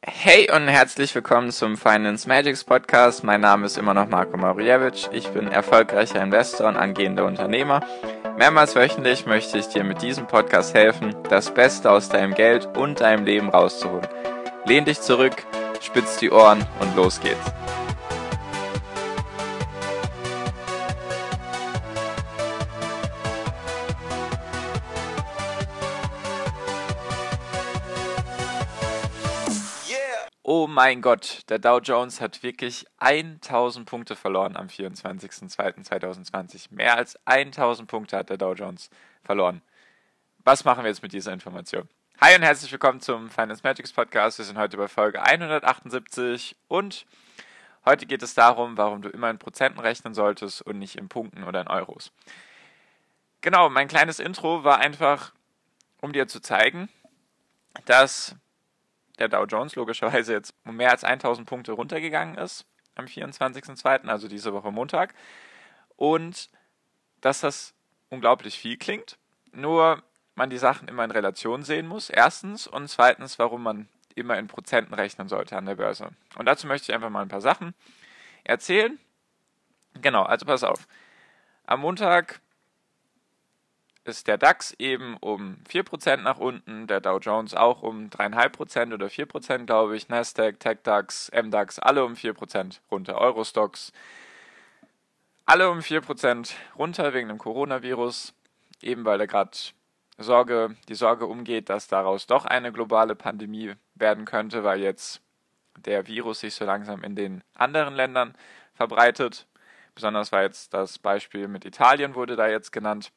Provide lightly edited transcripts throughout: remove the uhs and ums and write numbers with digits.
Hey und herzlich willkommen zum Finance Magics Podcast. Mein Name ist immer noch Marko Marijevic. Ich bin erfolgreicher Investor und angehender Unternehmer. Mehrmals wöchentlich möchte ich dir mit diesem Podcast helfen, das Beste aus deinem Geld und deinem Leben rauszuholen. Lehn dich zurück, spitz die Ohren und los geht's. Oh mein Gott, der Dow Jones hat wirklich 1000 Punkte verloren am 24.02.2020. Mehr als 1000 Punkte hat der Dow Jones verloren. Was machen wir jetzt mit dieser Information? Hi und herzlich willkommen zum Finance Magics Podcast. Wir sind heute bei Folge 178 und heute geht es darum, warum du immer in Prozenten rechnen solltest und nicht in Punkten oder in Euros. Genau, mein kleines Intro war einfach, um dir zu zeigen, dass der Dow Jones logischerweise jetzt um mehr als 1000 Punkte runtergegangen ist am 24.02., also diese Woche Montag. Und dass das unglaublich viel klingt, nur man die Sachen immer in Relation sehen muss, erstens, und zweitens, warum man immer in Prozenten rechnen sollte an der Börse. Und dazu möchte ich einfach mal ein paar Sachen erzählen. Genau, also pass auf. Am Montag ist der DAX eben um 4% nach unten, der Dow Jones auch um 3,5% oder 4%, glaube ich, Nasdaq, TechDAX, MDAX, alle um 4% runter, Eurostoxx, alle um 4% runter wegen dem Coronavirus, eben weil da gerade die Sorge umgeht, dass daraus doch eine globale Pandemie werden könnte, weil jetzt der Virus sich so langsam in den anderen Ländern verbreitet. Besonders war jetzt das Beispiel mit Italien wurde da jetzt genannt.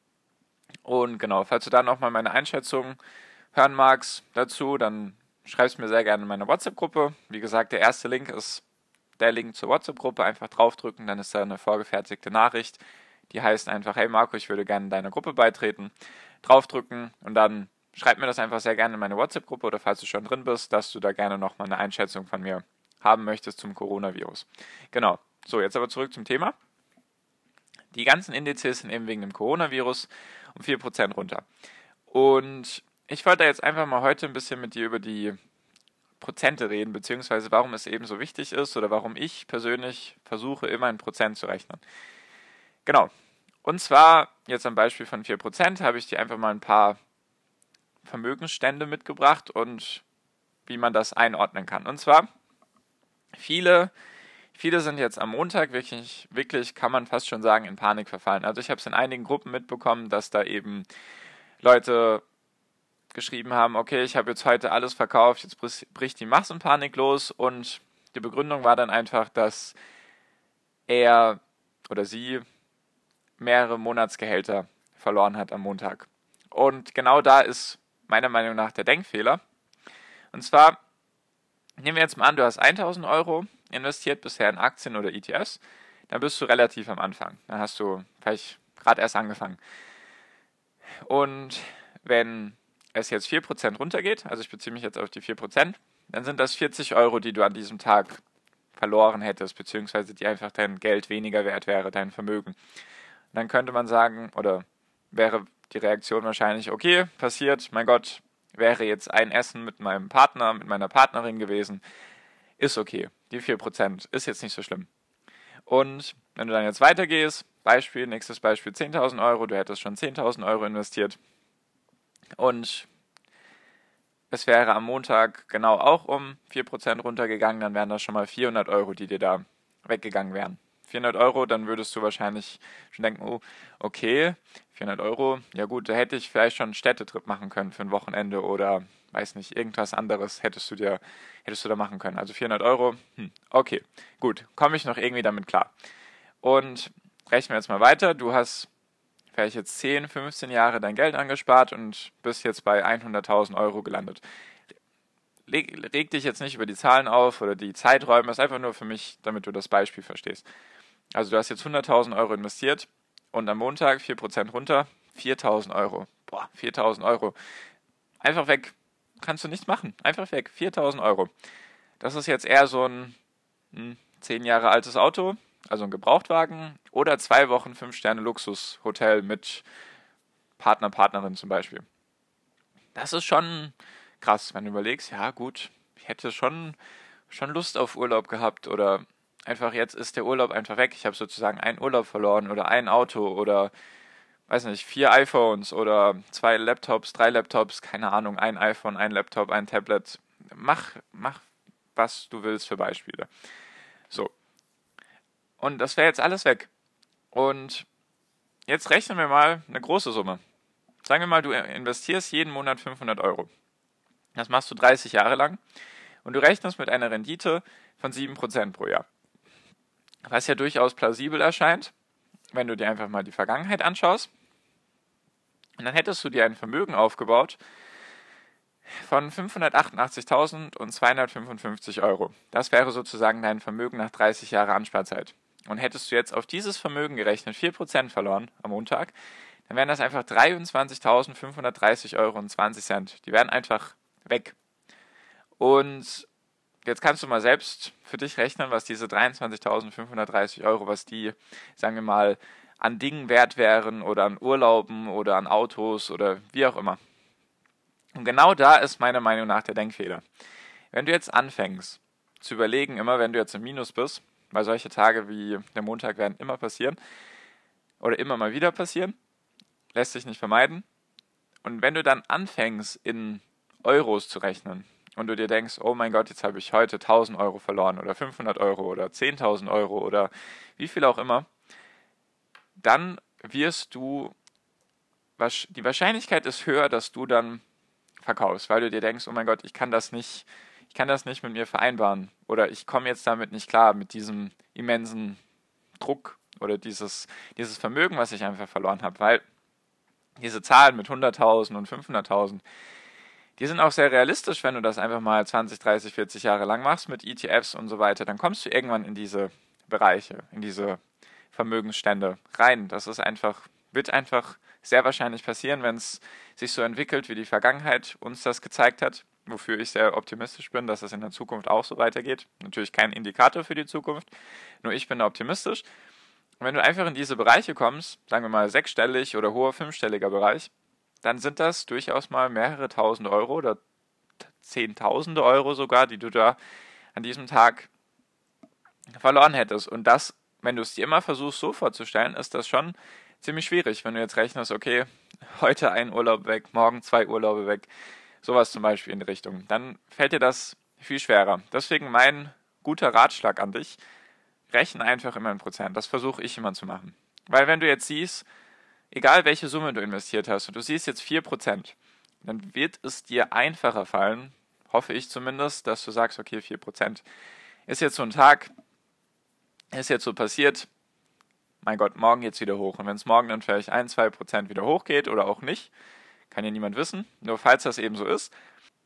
Und genau, falls du da nochmal meine Einschätzung hören magst dazu, dann schreib's mir sehr gerne in meine WhatsApp-Gruppe. Wie gesagt, der erste Link ist der Link zur WhatsApp-Gruppe. Einfach draufdrücken, dann ist da eine vorgefertigte Nachricht. Die heißt einfach, hey Marco, ich würde gerne deiner Gruppe beitreten. Draufdrücken und dann schreib mir das einfach sehr gerne in meine WhatsApp-Gruppe oder falls du schon drin bist, dass du da gerne nochmal eine Einschätzung von mir haben möchtest zum Coronavirus. Genau, so jetzt aber zurück zum Thema. Die ganzen Indizes sind eben wegen dem Coronavirus um 4% runter. Und ich wollte jetzt einfach mal heute ein bisschen mit dir über die Prozente reden, beziehungsweise warum es eben so wichtig ist oder warum ich persönlich versuche, immer in Prozent zu rechnen. Genau. Und zwar, jetzt am Beispiel von 4%, habe ich dir einfach mal ein paar Vermögensstände mitgebracht und wie man das einordnen kann. Und zwar, viele sind jetzt am Montag wirklich kann man fast schon sagen, in Panik verfallen. Also ich habe es in einigen Gruppen mitbekommen, dass da eben Leute geschrieben haben, okay, ich habe jetzt heute alles verkauft, jetzt bricht die Massenpanik los und die Begründung war dann einfach, dass er oder sie mehrere Monatsgehälter verloren hat am Montag. Und genau da ist meiner Meinung nach der Denkfehler. Und zwar, nehmen wir jetzt mal an, du hast 1000 Euro investiert bisher in Aktien oder ETFs, dann bist du relativ am Anfang. Dann hast du vielleicht gerade erst angefangen. Und wenn es jetzt 4% runtergeht, also ich beziehe mich jetzt auf die 4%, dann sind das 40 Euro, die du an diesem Tag verloren hättest, beziehungsweise die einfach dein Geld weniger wert wäre, dein Vermögen. Und dann könnte man sagen, oder wäre die Reaktion wahrscheinlich, okay, passiert, mein Gott, wäre jetzt ein Essen mit meinem Partner, mit meiner Partnerin gewesen, ist okay. Die 4% ist jetzt nicht so schlimm. Und wenn du dann jetzt weitergehst, nächstes Beispiel 10.000 Euro, du hättest schon 10.000 Euro investiert und es wäre am Montag genau auch um 4% runtergegangen, dann wären das schon mal 400 Euro, die dir da weggegangen wären. 400 Euro, dann würdest du wahrscheinlich schon denken, oh, okay, 400 Euro, ja gut, da hätte ich vielleicht schon einen Städtetrip machen können für ein Wochenende oder, weiß nicht, irgendwas anderes hättest du da machen können. Also 400 Euro, okay, gut, komme ich noch irgendwie damit klar. Und rechnen wir jetzt mal weiter, du hast vielleicht jetzt 10, 15 Jahre dein Geld angespart und bist jetzt bei 100.000 Euro gelandet. Reg dich jetzt nicht über die Zahlen auf oder die Zeiträume, das ist einfach nur für mich, damit du das Beispiel verstehst. Also du hast jetzt 100.000 Euro investiert und am Montag 4% runter, 4.000 Euro. Boah, 4.000 Euro. Einfach weg. Kannst du nichts machen. Einfach weg. 4.000 Euro. Das ist jetzt eher so ein 10 Jahre altes Auto, also ein Gebrauchtwagen oder 2 Wochen 5-Sterne-Luxushotel mit Partnerin zum Beispiel. Das ist schon krass, wenn du überlegst, ja gut, ich hätte schon Lust auf Urlaub gehabt oder einfach jetzt ist der Urlaub einfach weg. Ich habe sozusagen einen Urlaub verloren oder ein Auto oder, weiß nicht, 4 iPhones oder 2 Laptops, 3 Laptops, keine Ahnung, ein iPhone, ein Laptop, ein Tablet. Mach, was du willst für Beispiele. So. Und das wäre jetzt alles weg. Und jetzt rechnen wir mal eine große Summe. Sagen wir mal, du investierst jeden Monat 500 Euro. Das machst du 30 Jahre lang und du rechnest mit einer Rendite von 7% pro Jahr. Was ja durchaus plausibel erscheint, wenn du dir einfach mal die Vergangenheit anschaust. Und dann hättest du dir ein Vermögen aufgebaut von 588.255 Euro. Das wäre sozusagen dein Vermögen nach 30 Jahren Ansparzeit. Und hättest du jetzt auf dieses Vermögen gerechnet 4% verloren am Montag, dann wären das einfach 23.530 Euro und 20 Cent. Die wären einfach weg. Und jetzt kannst du mal selbst für dich rechnen, was diese 23.530 Euro, was die, sagen wir mal, an Dingen wert wären oder an Urlauben oder an Autos oder wie auch immer. Und genau da ist meiner Meinung nach der Denkfehler. Wenn du jetzt anfängst zu überlegen, immer wenn du jetzt im Minus bist, weil solche Tage wie der Montag werden immer passieren oder immer mal wieder passieren, lässt sich nicht vermeiden. Und wenn du dann anfängst in Euros zu rechnen und du dir denkst, oh mein Gott, jetzt habe ich heute 1.000 Euro verloren oder 500 Euro oder 10.000 Euro oder wie viel auch immer, dann wirst du, die Wahrscheinlichkeit ist höher, dass du dann verkaufst, weil du dir denkst, oh mein Gott, ich kann das nicht mit mir vereinbaren oder ich komme jetzt damit nicht klar, mit diesem immensen Druck oder dieses Vermögen, was ich einfach verloren habe, weil diese Zahlen mit 100.000 und 500.000, die sind auch sehr realistisch, wenn du das einfach mal 20, 30, 40 Jahre lang machst mit ETFs und so weiter, dann kommst du irgendwann in diese Bereiche, in diese Vermögensstände rein. Wird einfach sehr wahrscheinlich passieren, wenn es sich so entwickelt, wie die Vergangenheit uns das gezeigt hat, wofür ich sehr optimistisch bin, dass es in der Zukunft auch so weitergeht. Natürlich kein Indikator für die Zukunft, nur ich bin da optimistisch. Und wenn du einfach in diese Bereiche kommst, sagen wir mal sechsstellig oder hoher fünfstelliger Bereich, dann sind das durchaus mal mehrere tausend Euro oder Zehntausende Euro sogar, die du da an diesem Tag verloren hättest. Und das, wenn du es dir immer versuchst so vorzustellen, ist das schon ziemlich schwierig, wenn du jetzt rechnest, okay, heute ein Urlaub weg, morgen 2 Urlaube weg, sowas zum Beispiel in die Richtung. Dann fällt dir das viel schwerer. Deswegen mein guter Ratschlag an dich, rechne einfach immer in Prozent. Das versuche ich immer zu machen. Weil wenn du jetzt siehst, egal welche Summe du investiert hast und du siehst jetzt 4%, dann wird es dir einfacher fallen, hoffe ich zumindest, dass du sagst, okay, 4% ist jetzt so ein Tag, ist jetzt so passiert, mein Gott, morgen geht's wieder hoch. Und wenn es morgen dann vielleicht 1-2% wieder hochgeht oder auch nicht, kann ja niemand wissen, nur falls das eben so ist,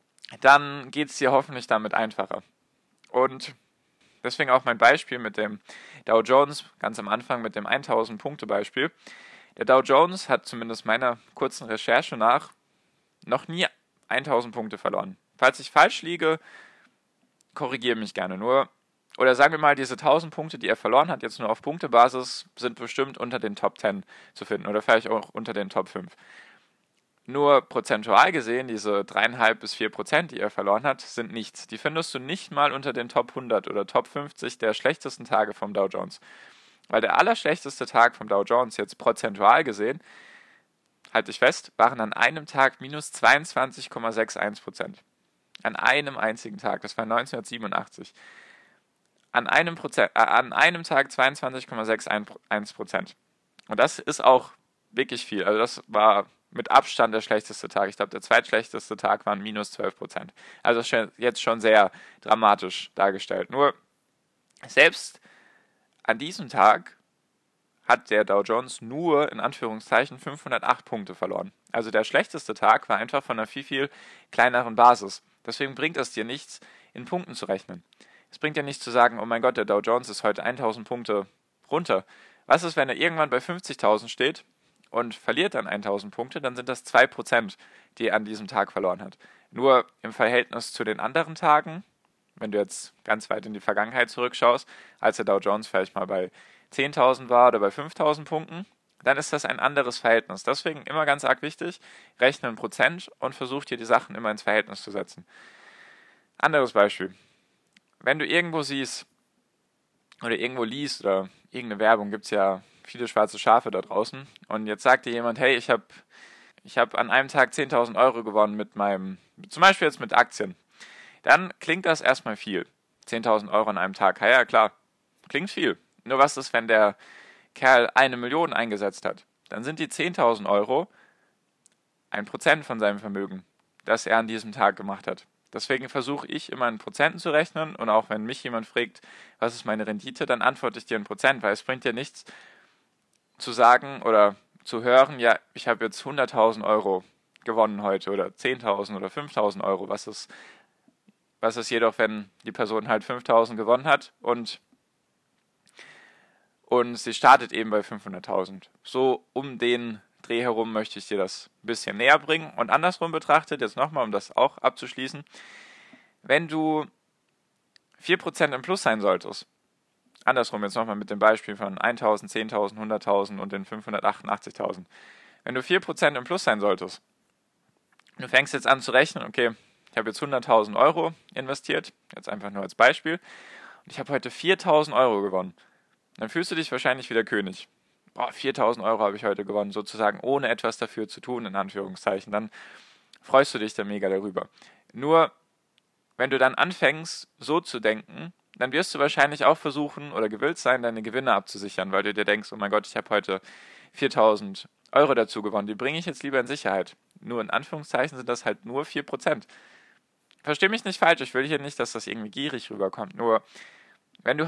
dann geht es dir hoffentlich damit einfacher. Und deswegen auch mein Beispiel mit dem Dow Jones, ganz am Anfang mit dem 1000-Punkte-Beispiel. Der Dow Jones hat zumindest meiner kurzen Recherche nach noch nie 1000 Punkte verloren. Falls ich falsch liege, korrigiere mich gerne nur. Oder sagen wir mal, diese 1000 Punkte, die er verloren hat, jetzt nur auf Punktebasis, sind bestimmt unter den Top 10 zu finden oder vielleicht auch unter den Top 5. Nur prozentual gesehen, diese 3,5 bis 4%, die er verloren hat, sind nichts. Die findest du nicht mal unter den Top 100 oder Top 50 der schlechtesten Tage vom Dow Jones. Weil der allerschlechteste Tag vom Dow Jones, jetzt prozentual gesehen, halte ich fest, waren an einem Tag minus 22,61%. An einem einzigen Tag, das war 1987. An einem Tag 22,61%. Und das ist auch wirklich viel. Also das war mit Abstand der schlechteste Tag. Ich glaube, der zweitschlechteste Tag waren minus 12%. Also jetzt schon sehr dramatisch dargestellt. Nur selbst an diesem Tag hat der Dow Jones nur in Anführungszeichen 508 Punkte verloren. Also der schlechteste Tag war einfach von einer viel, viel kleineren Basis. Deswegen bringt es dir nichts, in Punkten zu rechnen. Es bringt ja nichts zu sagen, oh mein Gott, der Dow Jones ist heute 1000 Punkte runter. Was ist, wenn er irgendwann bei 50.000 steht und verliert dann 1000 Punkte, dann sind das 2%, die er an diesem Tag verloren hat. Nur im Verhältnis zu den anderen Tagen, wenn du jetzt ganz weit in die Vergangenheit zurückschaust, als der Dow Jones vielleicht mal bei 10.000 war oder bei 5.000 Punkten, dann ist das ein anderes Verhältnis. Deswegen immer ganz arg wichtig, rechne in Prozent und versuch dir die Sachen immer ins Verhältnis zu setzen. Anderes Beispiel. Wenn du irgendwo siehst oder irgendwo liest oder irgendeine Werbung, gibt es ja viele schwarze Schafe da draußen. Und jetzt sagt dir jemand, hey, ich hab an einem Tag 10.000 Euro gewonnen zum Beispiel jetzt mit Aktien. Dann klingt das erstmal viel. 10.000 Euro an einem Tag. Ja, klar, klingt viel. Nur was ist, wenn der Kerl 1 Million eingesetzt hat? Dann sind die 10.000 Euro 1% von seinem Vermögen, das er an diesem Tag gemacht hat. Deswegen versuche ich immer in Prozenten zu rechnen, und auch wenn mich jemand fragt, was ist meine Rendite, dann antworte ich dir in Prozent, weil es bringt dir nichts zu sagen oder zu hören, ja, ich habe jetzt 100.000 Euro gewonnen heute oder 10.000 oder 5.000 Euro. Was ist jedoch, wenn die Person halt 5.000 gewonnen hat und sie startet eben bei 500.000. So um den Dreh herum möchte ich dir das ein bisschen näher bringen. Und andersrum betrachtet, jetzt nochmal, um das auch abzuschließen, wenn du 4% im Plus sein solltest, andersrum jetzt nochmal mit dem Beispiel von 1.000, 10.000, 100.000 und den 588.000. Wenn du 4% im Plus sein solltest, du fängst jetzt an zu rechnen, okay, ich habe jetzt 100.000 Euro investiert, jetzt einfach nur als Beispiel, und ich habe heute 4.000 Euro gewonnen. Dann fühlst du dich wahrscheinlich wie der König. Boah, 4.000 Euro habe ich heute gewonnen, sozusagen ohne etwas dafür zu tun, in Anführungszeichen. Dann freust du dich da mega darüber. Nur, wenn du dann anfängst, so zu denken, dann wirst du wahrscheinlich auch versuchen oder gewillt sein, deine Gewinne abzusichern, weil du dir denkst, oh mein Gott, ich habe heute 4.000 Euro dazu gewonnen, die bringe ich jetzt lieber in Sicherheit. Nur in Anführungszeichen sind das halt nur 4%. Versteh mich nicht falsch, ich will hier nicht, dass das irgendwie gierig rüberkommt. Nur, wenn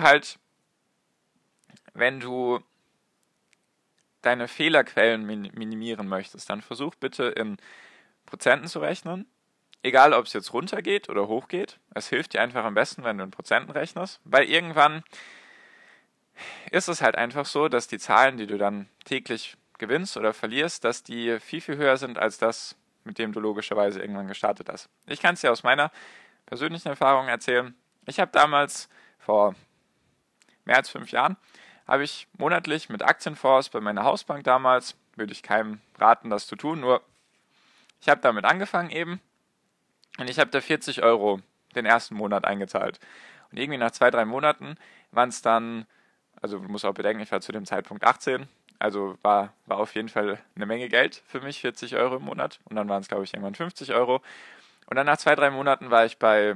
du deine Fehlerquellen minimieren möchtest, dann versuch bitte in Prozenten zu rechnen. Egal, ob es jetzt runtergeht oder hochgeht. Es hilft dir einfach am besten, wenn du in Prozenten rechnest. Weil irgendwann ist es halt einfach so, dass die Zahlen, die du dann täglich gewinnst oder verlierst, dass die viel, viel höher sind als das, mit dem du logischerweise irgendwann gestartet hast. Ich kann es dir aus meiner persönlichen Erfahrung erzählen. Ich habe damals vor mehr als 5 Jahren habe ich monatlich mit Aktienfonds bei meiner Hausbank damals, würde ich keinem raten, das zu tun, nur ich habe damit angefangen eben und ich habe da 40 Euro den ersten Monat eingezahlt. Und irgendwie nach 2, 3 Monaten waren es dann, also du musst auch bedenken, ich war zu dem Zeitpunkt 18, also war auf jeden Fall eine Menge Geld für mich, 40 Euro im Monat. Und dann waren es, glaube ich, irgendwann 50 Euro. Und dann nach 2, 3 Monaten war ich bei,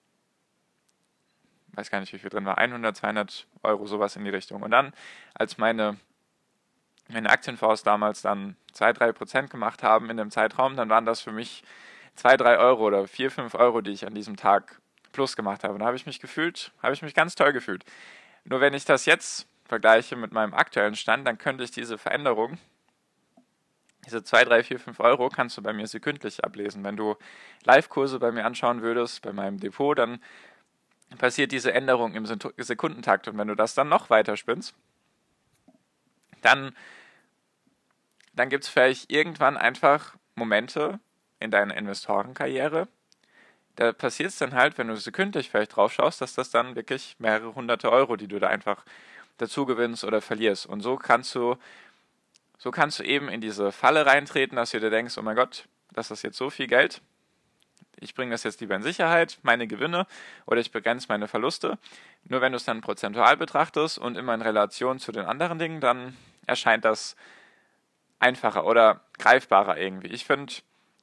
weiß gar nicht, wie viel drin war, 100, 200 Euro, sowas in die Richtung. Und dann, als meine Aktienfonds damals dann 2, 3% gemacht haben in dem Zeitraum, dann waren das für mich 2, 3 Euro oder 4, 5 Euro, die ich an diesem Tag plus gemacht habe. Und da habe ich mich ganz toll gefühlt. Nur wenn ich das jetzt vergleiche mit meinem aktuellen Stand, dann könnte ich diese Veränderung, diese 2, 3, 4, 5 Euro, kannst du bei mir sekündlich ablesen. Wenn du Live-Kurse bei mir anschauen würdest, bei meinem Depot, dann passiert diese Änderung im Sekundentakt. Und wenn du das dann noch weiter spinnst, dann gibt es vielleicht irgendwann einfach Momente in deiner Investorenkarriere, da passiert es dann halt, wenn du sekündlich vielleicht drauf schaust, dass das dann wirklich mehrere hunderte Euro, die du da einfach dazu gewinnst oder verlierst. Und so kannst du eben in diese Falle reintreten, dass du dir denkst, oh mein Gott, das ist jetzt so viel Geld, ich bringe das jetzt lieber in Sicherheit, meine Gewinne, oder ich begrenze meine Verluste. Nur wenn du es dann prozentual betrachtest und immer in Relation zu den anderen Dingen, dann erscheint das einfacher oder greifbarer irgendwie. Ich finde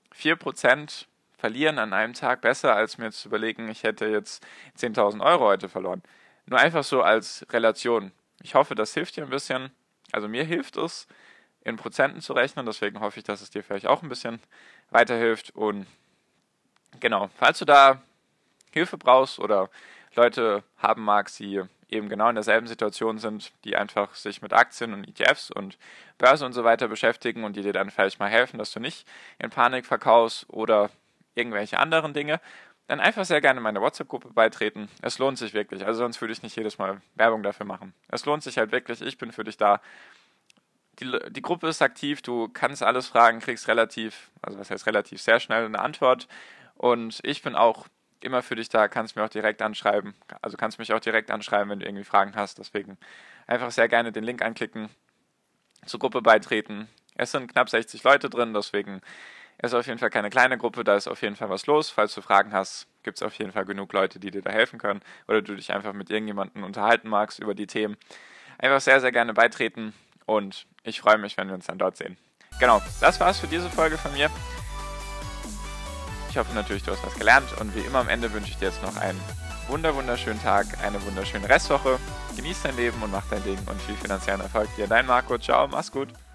4% verlieren an einem Tag besser, als mir zu überlegen, ich hätte jetzt 10.000 Euro heute verloren. Nur einfach so als Relation. Ich hoffe, das hilft dir ein bisschen. Also mir hilft es, in Prozenten zu rechnen. Deswegen hoffe ich, dass es dir vielleicht auch ein bisschen weiterhilft. Und genau, falls du da Hilfe brauchst oder Leute haben magst, die eben genau in derselben Situation sind, die einfach sich mit Aktien und ETFs und Börse und so weiter beschäftigen und die dir dann vielleicht mal helfen, dass du nicht in Panik verkaufst oder irgendwelche anderen Dinge, dann einfach sehr gerne meine WhatsApp-Gruppe beitreten. Es lohnt sich wirklich, also sonst würde ich nicht jedes Mal Werbung dafür machen. Es lohnt sich halt wirklich, ich bin für dich da. Die Gruppe ist aktiv, du kannst alles fragen, kriegst also was heißt relativ, sehr schnell eine Antwort und ich bin auch immer für dich da, kannst mich auch direkt anschreiben, wenn du irgendwie Fragen hast, deswegen einfach sehr gerne den Link anklicken, zur Gruppe beitreten. Es sind knapp 60 Leute drin, deswegen Es ist auf jeden Fall keine kleine Gruppe, da ist auf jeden Fall was los. Falls du Fragen hast, gibt es auf jeden Fall genug Leute, die dir da helfen können. Oder du dich einfach mit irgendjemandem unterhalten magst über die Themen. Einfach sehr, sehr gerne beitreten und ich freue mich, wenn wir uns dann dort sehen. Genau, das war's für diese Folge von mir. Ich hoffe natürlich, du hast was gelernt und wie immer am Ende wünsche ich dir jetzt noch einen wunderschönen Tag, eine wunderschöne Restwoche. Genieß dein Leben und mach dein Ding und viel finanziellen Erfolg dir. Dein Marco, ciao, mach's gut.